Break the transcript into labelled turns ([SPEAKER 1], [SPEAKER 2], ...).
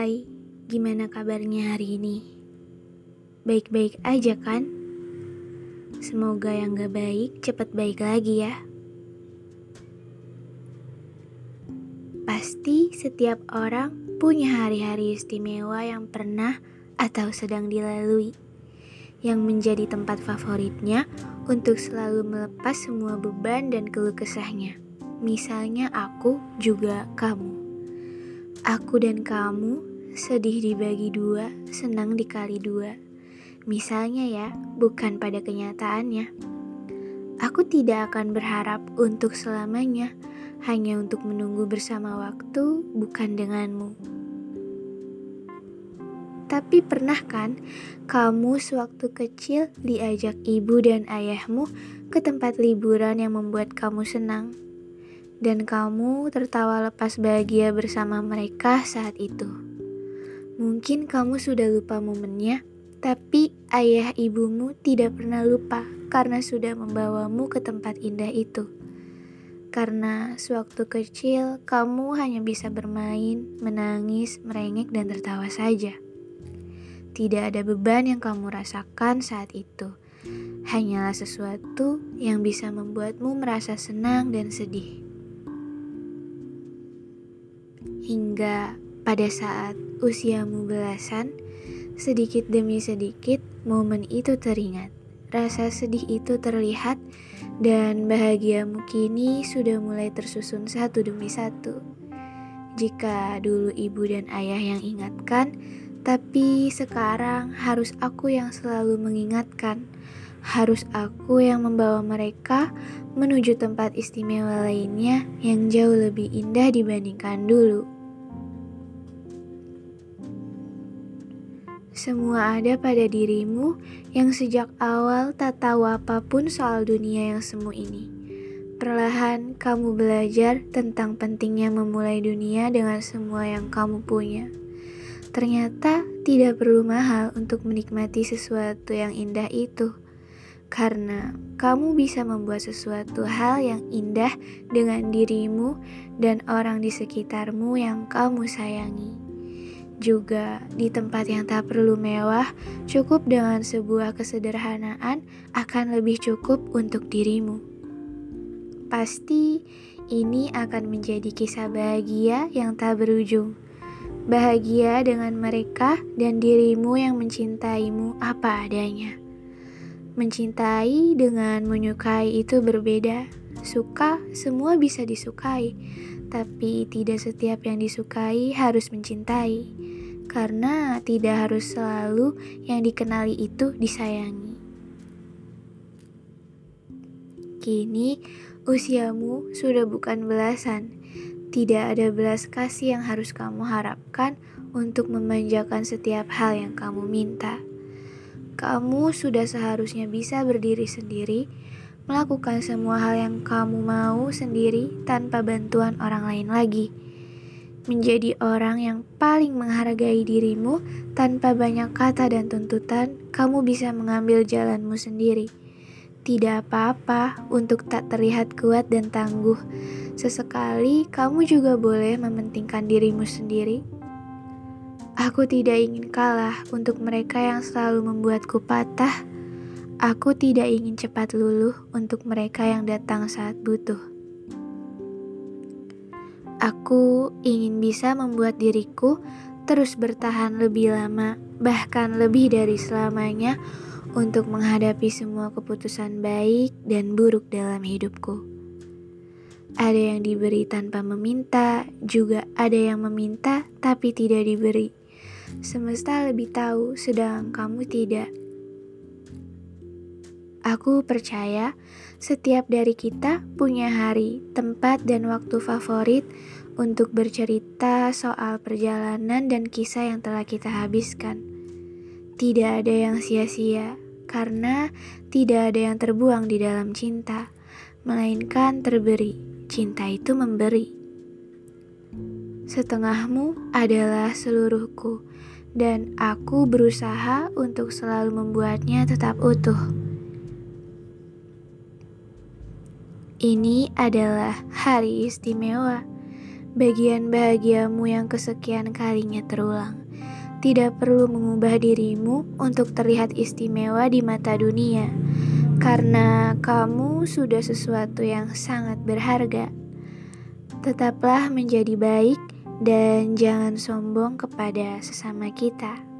[SPEAKER 1] Hai, gimana kabarnya hari ini? Baik-baik aja kan? Semoga yang gak baik cepet baik lagi ya. Pasti setiap orang punya hari-hari istimewa yang pernah atau sedang dilalui, yang menjadi tempat favoritnya untuk selalu melepas semua beban dan keluh kesahnya. Misalnya aku juga kamu. Aku dan kamu, sedih dibagi dua, senang dikali dua. Misalnya ya, bukan pada kenyataannya. Aku tidak akan berharap untuk selamanya, hanya untuk menunggu bersama waktu, bukan denganmu. Tapi pernah kan, kamu sewaktu kecil diajak ibu dan ayahmu ke tempat liburan yang membuat kamu senang? Dan kamu tertawa lepas bahagia bersama mereka saat itu. Mungkin kamu sudah lupa momennya, tapi ayah ibumu tidak pernah lupa karena sudah membawamu ke tempat indah itu. Karena sewaktu kecil, kamu hanya bisa bermain, menangis, merengek, dan tertawa saja. Tidak ada beban yang kamu rasakan saat itu. Hanyalah sesuatu yang bisa membuatmu merasa senang dan sedih. Hingga pada saat usiamu belasan, sedikit demi sedikit momen itu teringat. Rasa sedih itu terlihat dan bahagiamu kini sudah mulai tersusun satu demi satu. Jika dulu ibu dan ayah yang ingatkan, tapi sekarang harus aku yang selalu mengingatkan. Harus aku yang membawa mereka menuju tempat istimewa lainnya yang jauh lebih indah dibandingkan dulu. Semua ada pada dirimu yang sejak awal tak tahu apapun soal dunia yang semu ini. Perlahan kamu belajar tentang pentingnya memulai dunia dengan semua yang kamu punya. Ternyata tidak perlu mahal untuk menikmati sesuatu yang indah itu. Karena kamu bisa membuat sesuatu hal yang indah dengan dirimu dan orang di sekitarmu yang kamu sayangi. Juga di tempat yang tak perlu mewah, cukup dengan sebuah kesederhanaan akan lebih cukup untuk dirimu. Pasti ini akan menjadi kisah bahagia yang tak berujung. Bahagia dengan mereka dan dirimu yang mencintaimu apa adanya. Mencintai dengan menyukai itu berbeda. Suka semua bisa disukai, tapi tidak setiap yang disukai harus mencintai. Karena tidak harus selalu yang dikenali itu disayangi. Kini usiamu sudah bukan belasan. Tidak ada belas kasih yang harus kamu harapkan untuk memanjakan setiap hal yang kamu minta. Kamu sudah seharusnya bisa berdiri sendiri, melakukan semua hal yang kamu mau sendiri tanpa bantuan orang lain lagi. Menjadi orang yang paling menghargai dirimu tanpa banyak kata dan tuntutan, kamu bisa mengambil jalanmu sendiri. Tidak apa-apa untuk tak terlihat kuat dan tangguh. Sesekali kamu juga boleh mementingkan dirimu sendiri. Aku tidak ingin kalah untuk mereka yang selalu membuatku patah. Aku tidak ingin cepat luluh untuk mereka yang datang saat butuh. Aku ingin bisa membuat diriku terus bertahan lebih lama, bahkan lebih dari selamanya, untuk menghadapi semua keputusan baik dan buruk dalam hidupku. Ada yang diberi tanpa meminta, juga ada yang meminta tapi tidak diberi. Semesta lebih tahu, sedang kamu tidak. Aku percaya setiap dari kita punya hari, tempat, dan waktu favorit untuk bercerita soal perjalanan dan kisah yang telah kita habiskan. Tidak ada yang sia-sia, karena tidak ada yang terbuang di dalam cinta, melainkan terberi. Cinta itu memberi. Setengahmu adalah seluruhku, dan aku berusaha untuk selalu membuatnya tetap utuh. Ini adalah hari istimewa. bagian bahagiamu yang kesekian kalinya terulang. Tidak perlu mengubah dirimu untuk terlihat istimewa di mata dunia, karena kamu sudah sesuatu yang sangat berharga. Tetaplah menjadi baik dan jangan sombong kepada sesama kita.